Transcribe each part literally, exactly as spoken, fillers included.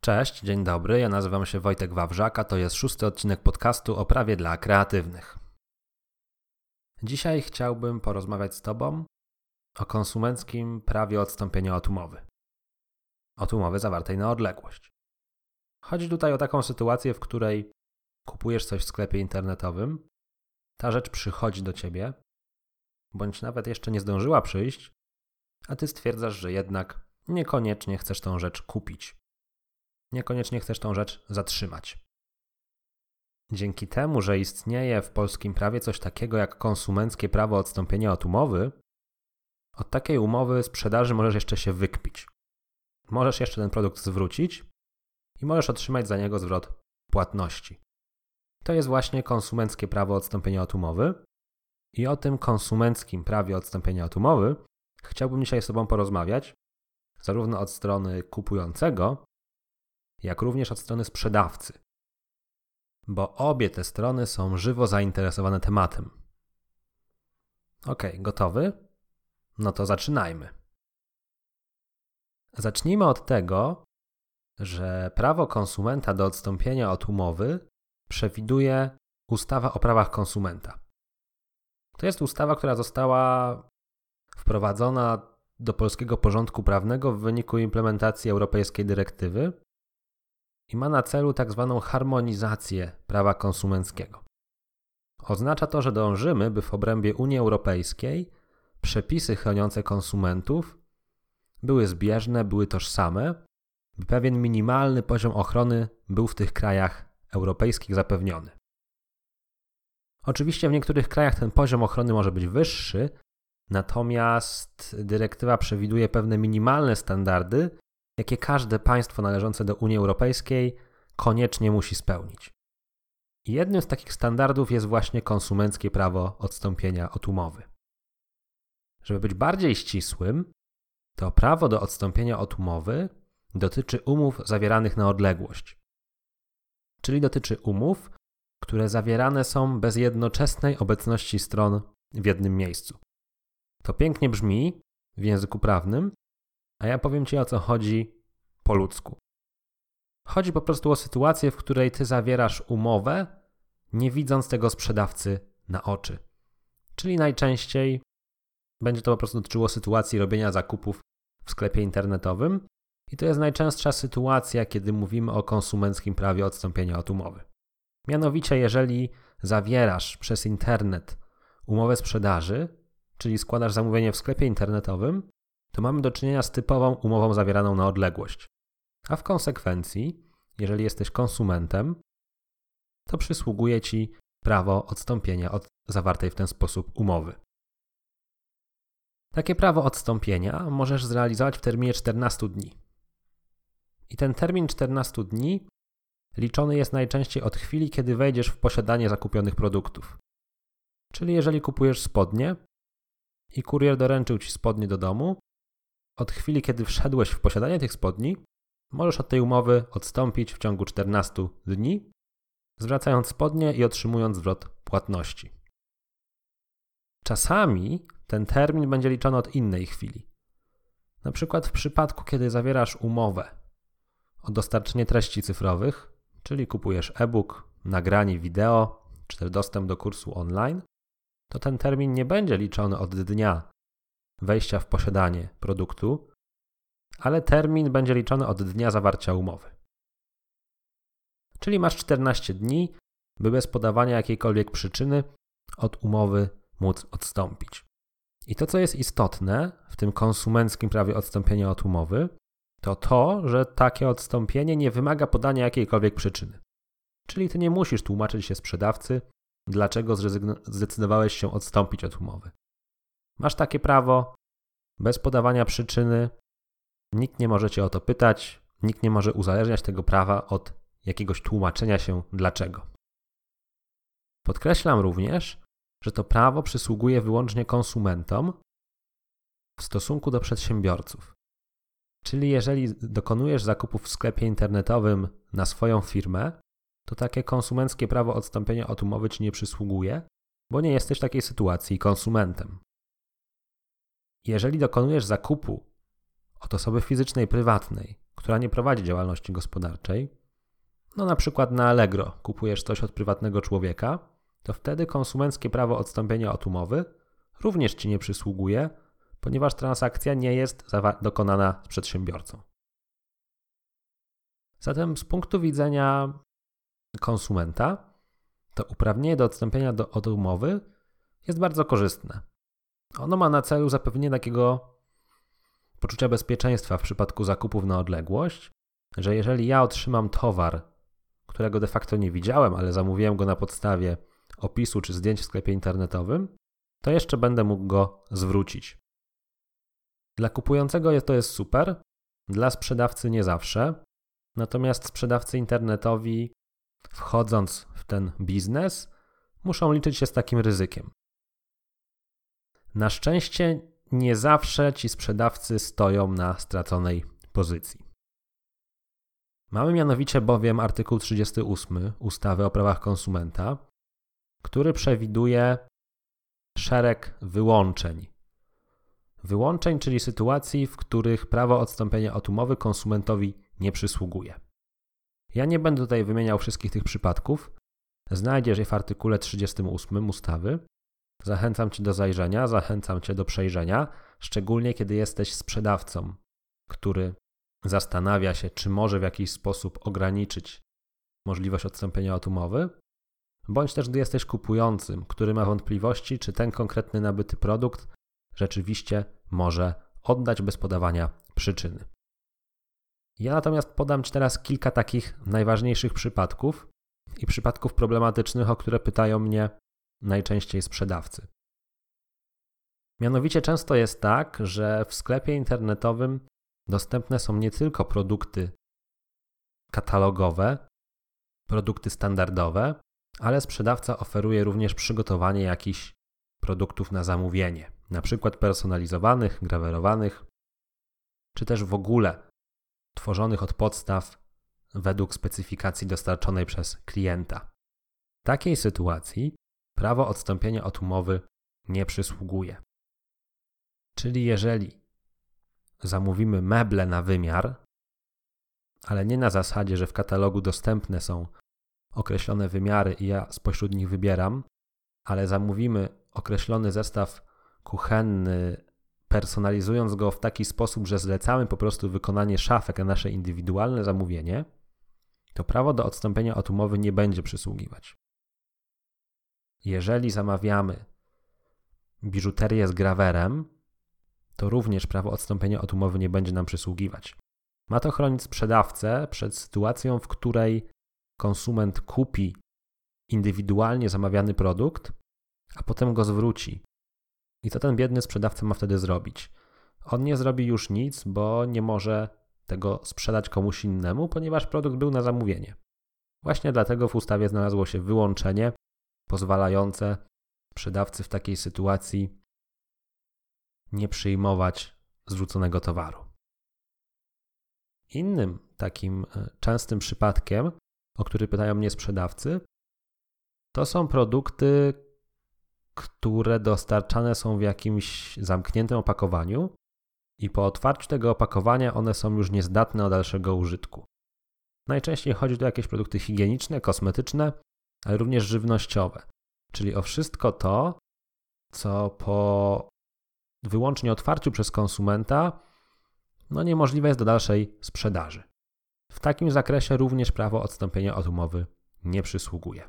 Cześć, dzień dobry, ja nazywam się Wojtek Wawrzak, a to jest szósty odcinek podcastu o prawie dla kreatywnych. Dzisiaj chciałbym porozmawiać z Tobą o konsumenckim prawie odstąpienia od umowy. Od umowy zawartej na odległość. Chodzi tutaj o taką sytuację, w której kupujesz coś w sklepie internetowym, ta rzecz przychodzi do Ciebie, bądź nawet jeszcze nie zdążyła przyjść, a Ty stwierdzasz, że jednak niekoniecznie chcesz tą rzecz kupić. Niekoniecznie chcesz tą rzecz zatrzymać. Dzięki temu, że istnieje w polskim prawie coś takiego jak konsumenckie prawo odstąpienia od umowy, od takiej umowy sprzedaży możesz jeszcze się wykpić. Możesz jeszcze ten produkt zwrócić i możesz otrzymać za niego zwrot płatności. To jest właśnie konsumenckie prawo odstąpienia od umowy i o tym konsumenckim prawie odstąpienia od umowy chciałbym dzisiaj z Tobą porozmawiać, zarówno od strony kupującego, jak również od strony sprzedawcy, bo obie te strony są żywo zainteresowane tematem. Ok, gotowy? No to zaczynajmy. Zacznijmy od tego, że prawo konsumenta do odstąpienia od umowy przewiduje ustawa o prawach konsumenta. To jest ustawa, która została wprowadzona do polskiego porządku prawnego w wyniku implementacji europejskiej dyrektywy i ma na celu tak zwaną harmonizację prawa konsumenckiego. Oznacza to, że dążymy, by w obrębie Unii Europejskiej przepisy chroniące konsumentów były zbieżne, były tożsame, by pewien minimalny poziom ochrony był w tych krajach europejskich zapewniony. Oczywiście w niektórych krajach ten poziom ochrony może być wyższy, natomiast dyrektywa przewiduje pewne minimalne standardy, jakie każde państwo należące do Unii Europejskiej koniecznie musi spełnić. I jednym z takich standardów jest właśnie konsumenckie prawo odstąpienia od umowy. Żeby być bardziej ścisłym, to prawo do odstąpienia od umowy dotyczy umów zawieranych na odległość. Czyli dotyczy umów, które zawierane są bez jednoczesnej obecności stron w jednym miejscu. To pięknie brzmi w języku prawnym, a ja powiem Ci, o co chodzi po ludzku. Chodzi po prostu o sytuację, w której Ty zawierasz umowę, nie widząc tego sprzedawcy na oczy. Czyli najczęściej będzie to po prostu dotyczyło sytuacji robienia zakupów w sklepie internetowym i to jest najczęstsza sytuacja, kiedy mówimy o konsumenckim prawie odstąpienia od umowy. Mianowicie, jeżeli zawierasz przez internet umowę sprzedaży, czyli składasz zamówienie w sklepie internetowym, to mamy do czynienia z typową umową zawieraną na odległość. A w konsekwencji, jeżeli jesteś konsumentem, to przysługuje Ci prawo odstąpienia od zawartej w ten sposób umowy. Takie prawo odstąpienia możesz zrealizować w terminie czternastu dni. I ten termin czternastu dni liczony jest najczęściej od chwili, kiedy wejdziesz w posiadanie zakupionych produktów. Czyli jeżeli kupujesz spodnie i kurier doręczył Ci spodnie do domu, od chwili, kiedy wszedłeś w posiadanie tych spodni, możesz od tej umowy odstąpić w ciągu czternastu dni, zwracając spodnie i otrzymując zwrot płatności. Czasami ten termin będzie liczony od innej chwili. Na przykład w przypadku, kiedy zawierasz umowę o dostarczenie treści cyfrowych, czyli kupujesz e-book, nagranie wideo, czy też dostęp do kursu online, to ten termin nie będzie liczony od dnia wejścia w posiadanie produktu, ale termin będzie liczony od dnia zawarcia umowy. Czyli masz czternaście dni, by bez podawania jakiejkolwiek przyczyny od umowy móc odstąpić. I to, co jest istotne w tym konsumenckim prawie odstąpienia od umowy, to to, że takie odstąpienie nie wymaga podania jakiejkolwiek przyczyny. Czyli ty nie musisz tłumaczyć się sprzedawcy, dlaczego zdecydowałeś się odstąpić od umowy. Masz takie prawo bez podawania przyczyny, nikt nie może Cię o to pytać, nikt nie może uzależniać tego prawa od jakiegoś tłumaczenia się dlaczego. Podkreślam również, że to prawo przysługuje wyłącznie konsumentom w stosunku do przedsiębiorców. Czyli jeżeli dokonujesz zakupów w sklepie internetowym na swoją firmę, to takie konsumenckie prawo odstąpienia od umowy Ci nie przysługuje, bo nie jesteś w takiej sytuacji konsumentem. Jeżeli dokonujesz zakupu od osoby fizycznej, prywatnej, która nie prowadzi działalności gospodarczej, no na przykład na Allegro kupujesz coś od prywatnego człowieka, to wtedy konsumenckie prawo odstąpienia od umowy również Ci nie przysługuje, ponieważ transakcja nie jest dokonana z przedsiębiorcą. Zatem z punktu widzenia konsumenta to uprawnienie do odstąpienia do, od umowy jest bardzo korzystne. Ono ma na celu zapewnienie takiego poczucia bezpieczeństwa w przypadku zakupów na odległość, że jeżeli ja otrzymam towar, którego de facto nie widziałem, ale zamówiłem go na podstawie opisu czy zdjęć w sklepie internetowym, to jeszcze będę mógł go zwrócić. Dla kupującego jest, to jest super, dla sprzedawcy nie zawsze, natomiast sprzedawcy internetowi, wchodząc w ten biznes, muszą liczyć się z takim ryzykiem. Na szczęście nie zawsze ci sprzedawcy stoją na straconej pozycji. Mamy mianowicie bowiem artykuł trzydziesty ósmy ustawy o prawach konsumenta, który przewiduje szereg wyłączeń. Wyłączeń, czyli sytuacji, w których prawo odstąpienia od umowy konsumentowi nie przysługuje. Ja nie będę tutaj wymieniał wszystkich tych przypadków. Znajdziesz je w artykule trzydziestym ósmym ustawy. Zachęcam Cię do zajrzenia, zachęcam Cię do przejrzenia, szczególnie kiedy jesteś sprzedawcą, który zastanawia się, czy może w jakiś sposób ograniczyć możliwość odstąpienia od umowy, bądź też gdy jesteś kupującym, który ma wątpliwości, czy ten konkretny nabyty produkt rzeczywiście może oddać bez podawania przyczyny. Ja natomiast podam Ci teraz kilka takich najważniejszych przypadków i przypadków problematycznych, o które pytają mnie najczęściej sprzedawcy. Mianowicie często jest tak, że w sklepie internetowym dostępne są nie tylko produkty katalogowe, produkty standardowe, ale sprzedawca oferuje również przygotowanie jakichś produktów na zamówienie, na przykład personalizowanych, grawerowanych, czy też w ogóle tworzonych od podstaw według specyfikacji dostarczonej przez klienta. W takiej sytuacji prawo odstąpienia od umowy nie przysługuje. Czyli jeżeli zamówimy meble na wymiar, ale nie na zasadzie, że w katalogu dostępne są określone wymiary i ja spośród nich wybieram, ale zamówimy określony zestaw kuchenny, personalizując go w taki sposób, że zlecamy po prostu wykonanie szafek na nasze indywidualne zamówienie, to prawo do odstąpienia od umowy nie będzie przysługiwać. Jeżeli zamawiamy biżuterię z grawerem, to również prawo odstąpienia od umowy nie będzie nam przysługiwać. Ma to chronić sprzedawcę przed sytuacją, w której konsument kupi indywidualnie zamawiany produkt, a potem go zwróci. I co ten biedny sprzedawca ma wtedy zrobić? On nie zrobi już nic, bo nie może tego sprzedać komuś innemu, ponieważ produkt był na zamówienie. Właśnie dlatego w ustawie znalazło się wyłączenie pozwalające sprzedawcy w takiej sytuacji nie przyjmować zwróconego towaru. Innym takim częstym przypadkiem, o który pytają mnie sprzedawcy, to są produkty, które dostarczane są w jakimś zamkniętym opakowaniu i po otwarciu tego opakowania one są już niezdatne do dalszego użytku. Najczęściej chodzi tu o jakieś produkty higieniczne, kosmetyczne, ale również żywnościowe, czyli o wszystko to, co po wyłącznie otwarciu przez konsumenta no niemożliwe jest do dalszej sprzedaży. W takim zakresie również prawo odstąpienia od umowy nie przysługuje.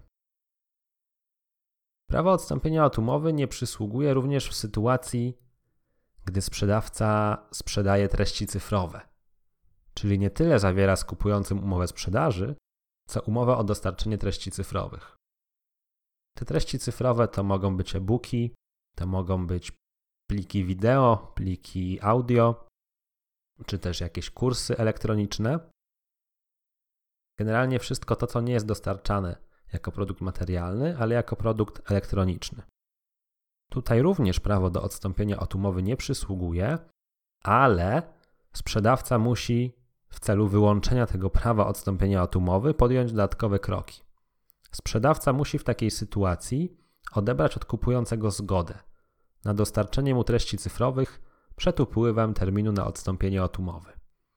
Prawo odstąpienia od umowy nie przysługuje również w sytuacji, gdy sprzedawca sprzedaje treści cyfrowe, czyli nie tyle zawiera z kupującym umowę sprzedaży, co umowę o dostarczenie treści cyfrowych. Te treści cyfrowe to mogą być e-booki, to mogą być pliki wideo, pliki audio, czy też jakieś kursy elektroniczne. Generalnie wszystko to, co nie jest dostarczane jako produkt materialny, ale jako produkt elektroniczny. Tutaj również prawo do odstąpienia od umowy nie przysługuje, ale sprzedawca musi w celu wyłączenia tego prawa odstąpienia od umowy podjąć dodatkowe kroki. Sprzedawca musi w takiej sytuacji odebrać od kupującego zgodę na dostarczenie mu treści cyfrowych przed upływem terminu na odstąpienie od umowy.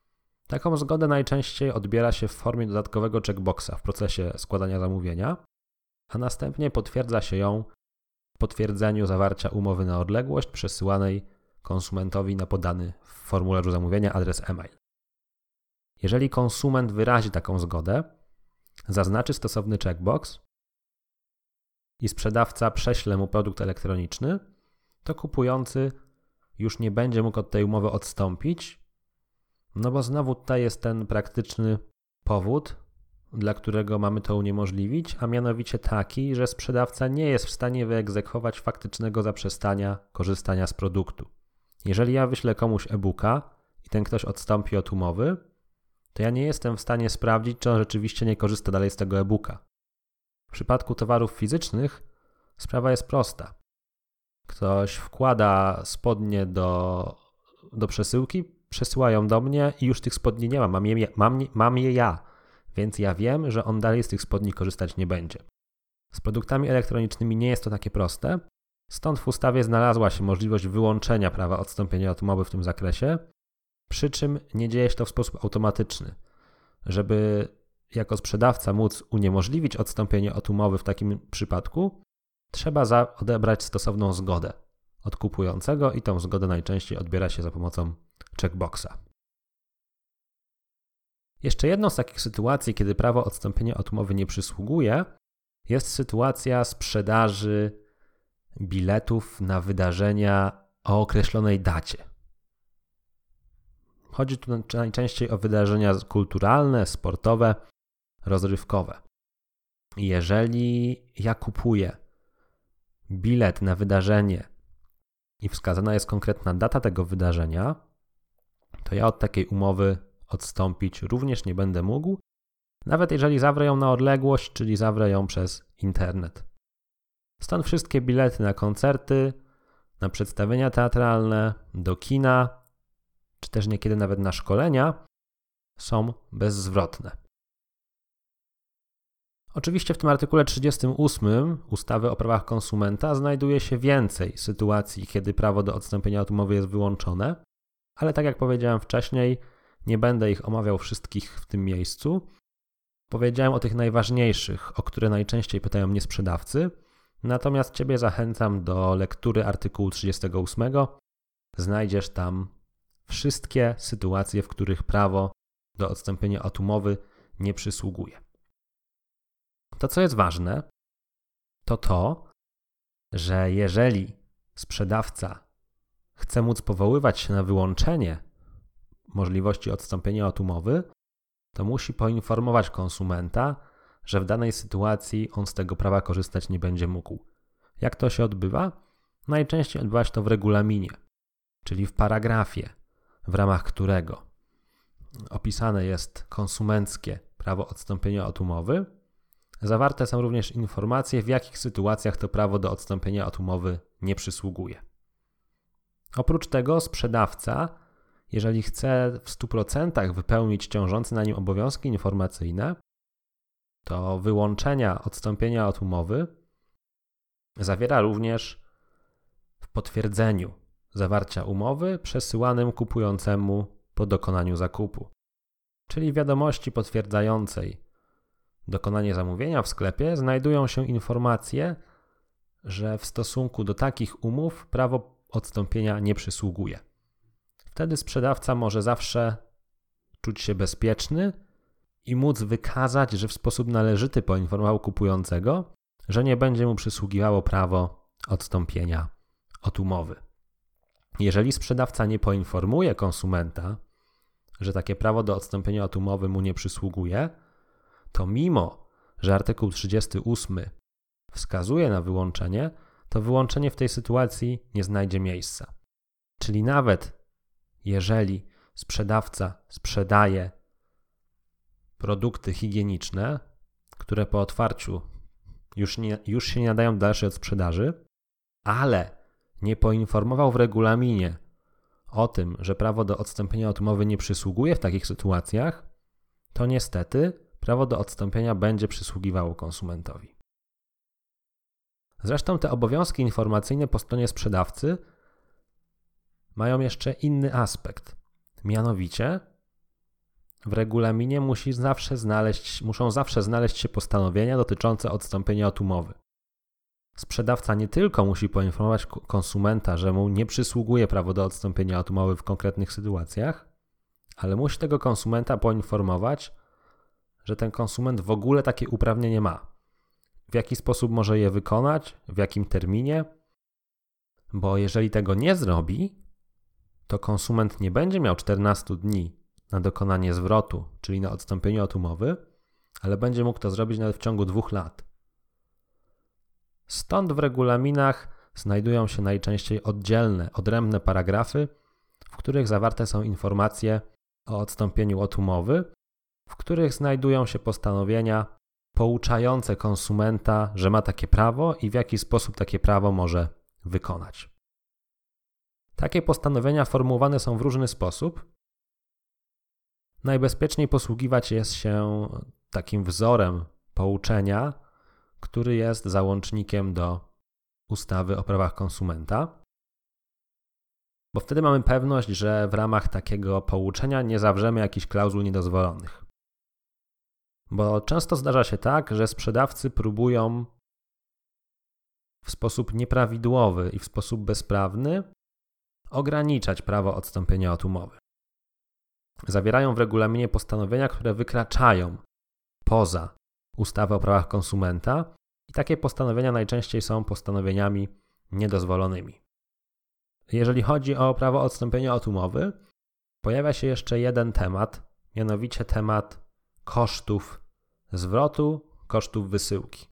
Taką zgodę najczęściej odbiera się w formie dodatkowego checkboxa w procesie składania zamówienia, a następnie potwierdza się ją w potwierdzeniu zawarcia umowy na odległość przesyłanej konsumentowi na podany w formularzu zamówienia adres e-mail. Jeżeli konsument wyrazi taką zgodę, zaznaczy stosowny checkbox i sprzedawca prześle mu produkt elektroniczny, to kupujący już nie będzie mógł od tej umowy odstąpić, no bo znowu tutaj jest ten praktyczny powód, dla którego mamy to uniemożliwić, a mianowicie taki, że sprzedawca nie jest w stanie wyegzekwować faktycznego zaprzestania korzystania z produktu. Jeżeli ja wyślę komuś e-booka i ten ktoś odstąpi od umowy, to ja nie jestem w stanie sprawdzić, czy on rzeczywiście nie korzysta dalej z tego e-booka. W przypadku towarów fizycznych sprawa jest prosta. Ktoś wkłada spodnie do, do przesyłki, przesyłają do mnie i już tych spodni nie ma, mam je, mam, mam je ja, więc ja wiem, że on dalej z tych spodni korzystać nie będzie. Z produktami elektronicznymi nie jest to takie proste, stąd w ustawie znalazła się możliwość wyłączenia prawa odstąpienia od umowy w tym zakresie, przy czym nie dzieje się to w sposób automatyczny. Żeby jako sprzedawca móc uniemożliwić odstąpienie od umowy w takim przypadku, trzeba za odebrać stosowną zgodę od kupującego i tą zgodę najczęściej odbiera się za pomocą checkboxa. Jeszcze jedną z takich sytuacji, kiedy prawo odstąpienia od umowy nie przysługuje, jest sytuacja sprzedaży biletów na wydarzenia o określonej dacie. Chodzi tu najczęściej o wydarzenia kulturalne, sportowe, rozrywkowe. Jeżeli ja kupuję bilet na wydarzenie i wskazana jest konkretna data tego wydarzenia, to ja od takiej umowy odstąpić również nie będę mógł, nawet jeżeli zawrę ją na odległość, czyli zawrę ją przez internet. Stąd wszystkie bilety na koncerty, na przedstawienia teatralne, do kina, czy też niekiedy nawet na szkolenia są bezzwrotne. Oczywiście w tym artykule trzydziestym ósmym ustawy o prawach konsumenta znajduje się więcej sytuacji, kiedy prawo do odstąpienia od umowy jest wyłączone, ale tak jak powiedziałem wcześniej, nie będę ich omawiał wszystkich w tym miejscu. Powiedziałem o tych najważniejszych, o które najczęściej pytają mnie sprzedawcy, natomiast Ciebie zachęcam do lektury artykułu trzydziestego ósmego. Znajdziesz tam wszystkie sytuacje, w których prawo do odstąpienia od umowy nie przysługuje. To, co jest ważne, to to, że jeżeli sprzedawca chce móc powoływać się na wyłączenie możliwości odstąpienia od umowy, to musi poinformować konsumenta, że w danej sytuacji on z tego prawa korzystać nie będzie mógł. Jak to się odbywa? Najczęściej odbywa się to w regulaminie, czyli w paragrafie, w ramach którego opisane jest konsumenckie prawo odstąpienia od umowy. Zawarte są również informacje, w jakich sytuacjach to prawo do odstąpienia od umowy nie przysługuje. Oprócz tego sprzedawca, jeżeli chce w stu procentach wypełnić ciążące na nim obowiązki informacyjne, to wyłączenia odstąpienia od umowy zawiera również w potwierdzeniu zawarcia umowy przesyłanym kupującemu po dokonaniu zakupu. Czyli w wiadomości potwierdzającej dokonanie zamówienia w sklepie znajdują się informacje, że w stosunku do takich umów prawo odstąpienia nie przysługuje. Wtedy sprzedawca może zawsze czuć się bezpieczny i móc wykazać, że w sposób należyty poinformował kupującego, że nie będzie mu przysługiwało prawo odstąpienia od umowy. Jeżeli sprzedawca nie poinformuje konsumenta, że takie prawo do odstąpienia od umowy mu nie przysługuje, to mimo, że artykuł trzydziesty ósmy wskazuje na wyłączenie, to wyłączenie w tej sytuacji nie znajdzie miejsca. Czyli nawet jeżeli sprzedawca sprzedaje produkty higieniczne, które po otwarciu już, nie, już się nie nadają do dalszej odsprzedaży, ale nie poinformował w regulaminie o tym, że prawo do odstąpienia od umowy nie przysługuje w takich sytuacjach, to niestety prawo do odstąpienia będzie przysługiwało konsumentowi. Zresztą te obowiązki informacyjne po stronie sprzedawcy mają jeszcze inny aspekt. Mianowicie w regulaminie musi zawsze znaleźć, muszą zawsze znaleźć się postanowienia dotyczące odstąpienia od umowy. Sprzedawca nie tylko musi poinformować konsumenta, że mu nie przysługuje prawo do odstąpienia od umowy w konkretnych sytuacjach, ale musi tego konsumenta poinformować, że ten konsument w ogóle takie uprawnienie ma. W jaki sposób może je wykonać, w jakim terminie, bo jeżeli tego nie zrobi, to konsument nie będzie miał czternastu dni na dokonanie zwrotu, czyli na odstąpienie od umowy, ale będzie mógł to zrobić nawet w ciągu dwóch lat. Stąd w regulaminach znajdują się najczęściej oddzielne, odrębne paragrafy, w których zawarte są informacje o odstąpieniu od umowy, w których znajdują się postanowienia pouczające konsumenta, że ma takie prawo i w jaki sposób takie prawo może wykonać. Takie postanowienia formułowane są w różny sposób. Najbezpieczniej posługiwać jest się takim wzorem pouczenia, który jest załącznikiem do ustawy o prawach konsumenta, bo wtedy mamy pewność, że w ramach takiego pouczenia nie zawrzemy jakichś klauzul niedozwolonych. Bo często zdarza się tak, że sprzedawcy próbują w sposób nieprawidłowy i w sposób bezprawny ograniczać prawo odstąpienia od umowy. Zawierają w regulaminie postanowienia, które wykraczają poza ustawę o prawach konsumenta i takie postanowienia najczęściej są postanowieniami niedozwolonymi. Jeżeli chodzi o prawo odstąpienia od umowy, pojawia się jeszcze jeden temat, mianowicie temat kosztów zwrotu, kosztów wysyłki.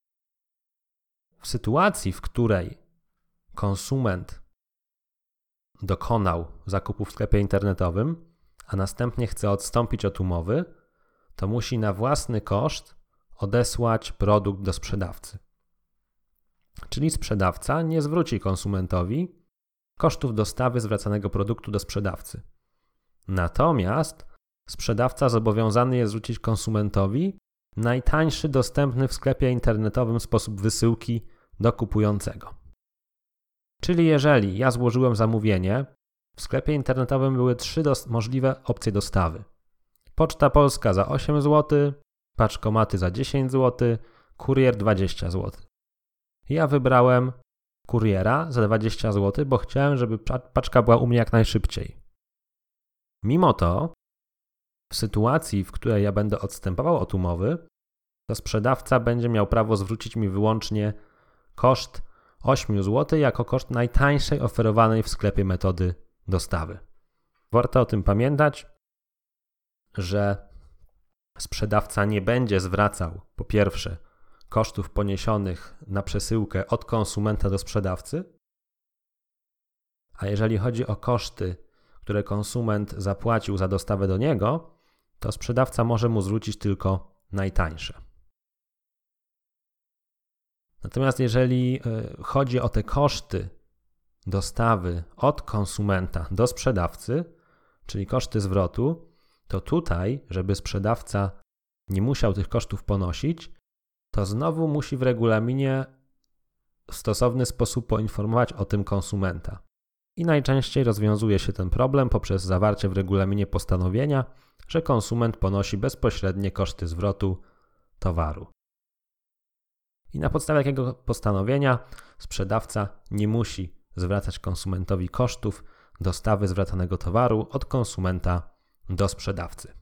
W sytuacji, w której konsument dokonał zakupu w sklepie internetowym, a następnie chce odstąpić od umowy, to musi na własny koszt odesłać produkt do sprzedawcy. Czyli sprzedawca nie zwróci konsumentowi kosztów dostawy zwracanego produktu do sprzedawcy. Natomiast sprzedawca zobowiązany jest zwrócić konsumentowi najtańszy dostępny w sklepie internetowym sposób wysyłki do kupującego. Czyli jeżeli ja złożyłem zamówienie, w sklepie internetowym były trzy dos- możliwe opcje dostawy. Poczta Polska za osiem złotych, paczkomaty za dziesięć złotych, kurier dwadzieścia złotych. Ja wybrałem kuriera za dwadzieścia złotych, bo chciałem, żeby paczka była u mnie jak najszybciej. Mimo to, w sytuacji, w której ja będę odstępował od umowy, to sprzedawca będzie miał prawo zwrócić mi wyłącznie koszt osiem złotych jako koszt najtańszej oferowanej w sklepie metody dostawy. Warto o tym pamiętać, że sprzedawca nie będzie zwracał po pierwsze kosztów poniesionych na przesyłkę od konsumenta do sprzedawcy, a jeżeli chodzi o koszty, które konsument zapłacił za dostawę do niego, to sprzedawca może mu zwrócić tylko najtańsze. Natomiast jeżeli chodzi o te koszty dostawy od konsumenta do sprzedawcy, czyli koszty zwrotu, to tutaj, żeby sprzedawca nie musiał tych kosztów ponosić, to znowu musi w regulaminie w stosowny sposób poinformować o tym konsumenta. I najczęściej rozwiązuje się ten problem poprzez zawarcie w regulaminie postanowienia, że konsument ponosi bezpośrednie koszty zwrotu towaru. I na podstawie takiego postanowienia sprzedawca nie musi zwracać konsumentowi kosztów dostawy zwracanego towaru od konsumenta do sprzedawcy.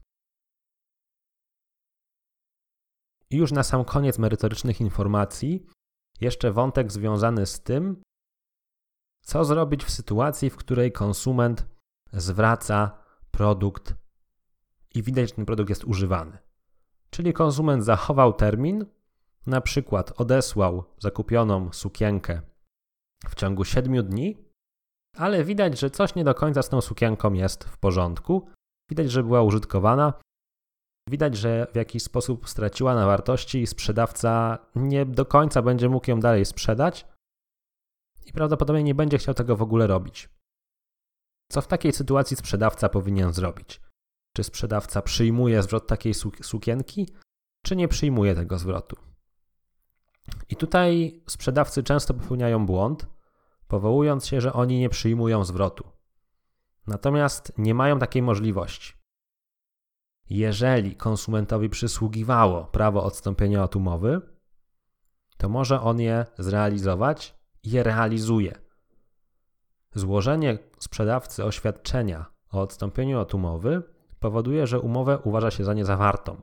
I już na sam koniec merytorycznych informacji jeszcze wątek związany z tym, co zrobić w sytuacji, w której konsument zwraca produkt i widać, że ten produkt jest używany. Czyli konsument zachował termin, na przykład odesłał zakupioną sukienkę w ciągu siedmiu dni, ale widać, że coś nie do końca z tą sukienką jest w porządku. Widać, że była użytkowana. Widać, że w jakiś sposób straciła na wartości i sprzedawca nie do końca będzie mógł ją dalej sprzedać i prawdopodobnie nie będzie chciał tego w ogóle robić. Co w takiej sytuacji sprzedawca powinien zrobić? Czy sprzedawca przyjmuje zwrot takiej sukienki, czy nie przyjmuje tego zwrotu? I tutaj sprzedawcy często popełniają błąd, powołując się, że oni nie przyjmują zwrotu. Natomiast nie mają takiej możliwości. jeżeli konsumentowi przysługiwało prawo odstąpienia od umowy, to może on je zrealizować i je realizuje. Złożenie sprzedawcy oświadczenia o odstąpieniu od umowy powoduje, że umowę uważa się za niezawartą.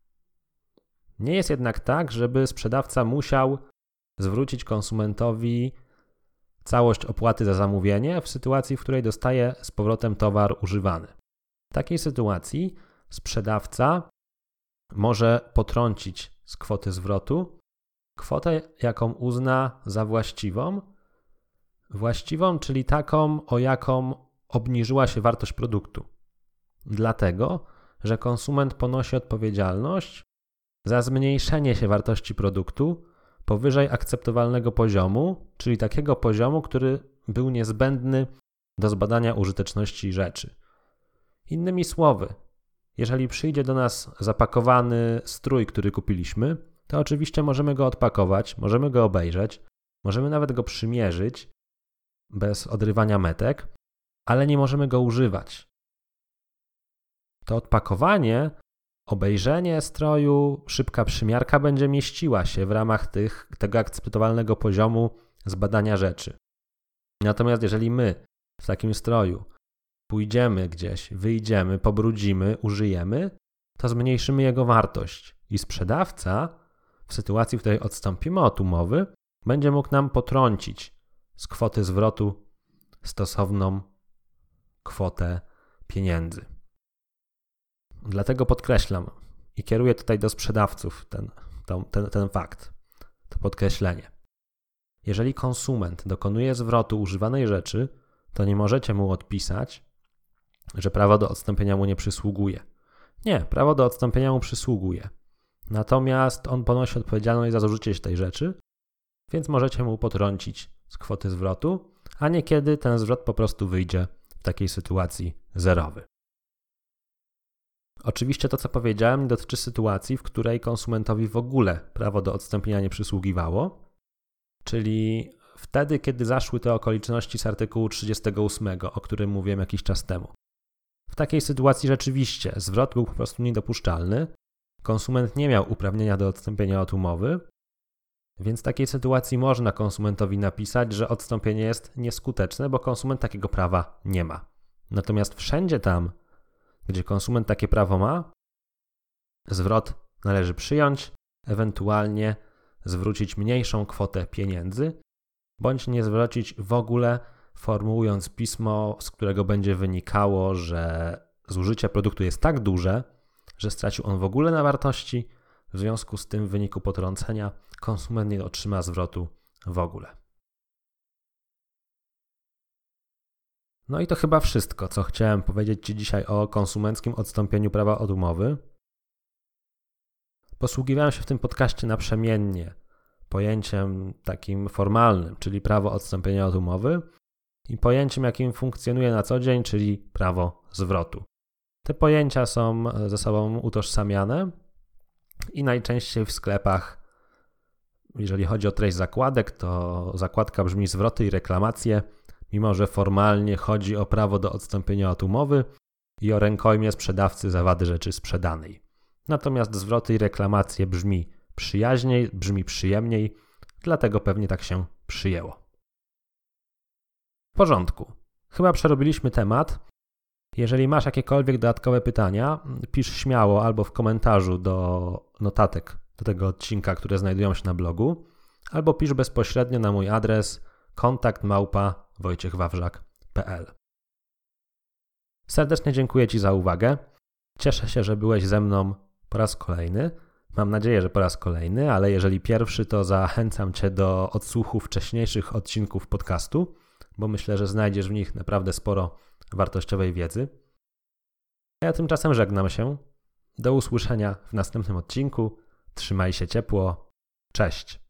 Nie jest jednak tak, żeby sprzedawca musiał zwrócić konsumentowi całość opłaty za zamówienie w sytuacji, w której dostaje z powrotem towar używany. W takiej sytuacji sprzedawca może potrącić z kwoty zwrotu kwotę, jaką uzna za właściwą, właściwą, czyli taką, o jaką obniżyła się wartość produktu. Dlatego, że konsument ponosi odpowiedzialność za zmniejszenie się wartości produktu powyżej akceptowalnego poziomu, czyli takiego poziomu, który był niezbędny do zbadania użyteczności rzeczy. Innymi słowy, jeżeli przyjdzie do nas zapakowany strój, który kupiliśmy, to oczywiście możemy go odpakować, możemy go obejrzeć, możemy nawet go przymierzyć bez odrywania metek, ale nie możemy go używać. To odpakowanie, obejrzenie stroju, szybka przymiarka będzie mieściła się w ramach tych, tego akceptowalnego poziomu zbadania rzeczy. Natomiast jeżeli my w takim stroju pójdziemy gdzieś, wyjdziemy, pobrudzimy, użyjemy, to zmniejszymy jego wartość i sprzedawca w sytuacji, w której odstąpimy od umowy, będzie mógł nam potrącić z kwoty zwrotu stosowną kwotę pieniędzy. Dlatego podkreślam i kieruję tutaj do sprzedawców ten, ten, ten fakt, to podkreślenie. Jeżeli konsument dokonuje zwrotu używanej rzeczy, to nie możecie mu odpisać, że prawo do odstąpienia mu nie przysługuje. Nie, prawo do odstąpienia mu przysługuje. Natomiast on ponosi odpowiedzialność za zużycie się tej rzeczy, więc możecie mu potrącić z kwoty zwrotu, a niekiedy ten zwrot po prostu wyjdzie w takiej sytuacji zerowy. Oczywiście to, co powiedziałem, nie dotyczy sytuacji, w której konsumentowi w ogóle prawo do odstąpienia nie przysługiwało, czyli wtedy, kiedy zaszły te okoliczności z artykułu trzydziestego ósmego, o którym mówiłem jakiś czas temu. W takiej sytuacji rzeczywiście zwrot był po prostu niedopuszczalny, konsument nie miał uprawnienia do odstąpienia od umowy, więc w takiej sytuacji można konsumentowi napisać, że odstąpienie jest nieskuteczne, bo konsument takiego prawa nie ma. Natomiast wszędzie tam, gdzie konsument takie prawo ma, zwrot należy przyjąć, ewentualnie zwrócić mniejszą kwotę pieniędzy, bądź nie zwrócić w ogóle, formułując pismo, z którego będzie wynikało, że zużycie produktu jest tak duże, że stracił on w ogóle na wartości, w związku z tym w wyniku potrącenia konsument nie otrzyma zwrotu w ogóle. No i to chyba wszystko, co chciałem powiedzieć Ci dzisiaj o konsumenckim odstąpieniu prawa od umowy. Posługiwałem się w tym podcaście naprzemiennie pojęciem takim formalnym, czyli prawo odstąpienia od umowy, i pojęciem, jakim funkcjonuje na co dzień, czyli prawo zwrotu. Te pojęcia są ze sobą utożsamiane i najczęściej w sklepach, jeżeli chodzi o treść zakładek, to zakładka brzmi zwroty i reklamacje, mimo że formalnie chodzi o prawo do odstąpienia od umowy i o rękojmie sprzedawcy za wady rzeczy sprzedanej. Natomiast zwroty i reklamacje brzmi przyjaźniej, brzmi przyjemniej, dlatego pewnie tak się przyjęło. W porządku. Chyba przerobiliśmy temat. Jeżeli masz jakiekolwiek dodatkowe pytania, pisz śmiało albo w komentarzu do notatek do tego odcinka, które znajdują się na blogu, albo pisz bezpośrednio na mój adres kontakt małpa wojciechwawrzak kropka p l. Serdecznie dziękuję Ci za uwagę. Cieszę się, że byłeś ze mną po raz kolejny. Mam nadzieję, że po raz kolejny, ale jeżeli pierwszy, to zachęcam Cię do odsłuchu wcześniejszych odcinków podcastu, bo myślę, że znajdziesz w nich naprawdę sporo wartościowej wiedzy. A ja tymczasem żegnam się. Do usłyszenia w następnym odcinku. Trzymaj się ciepło. Cześć.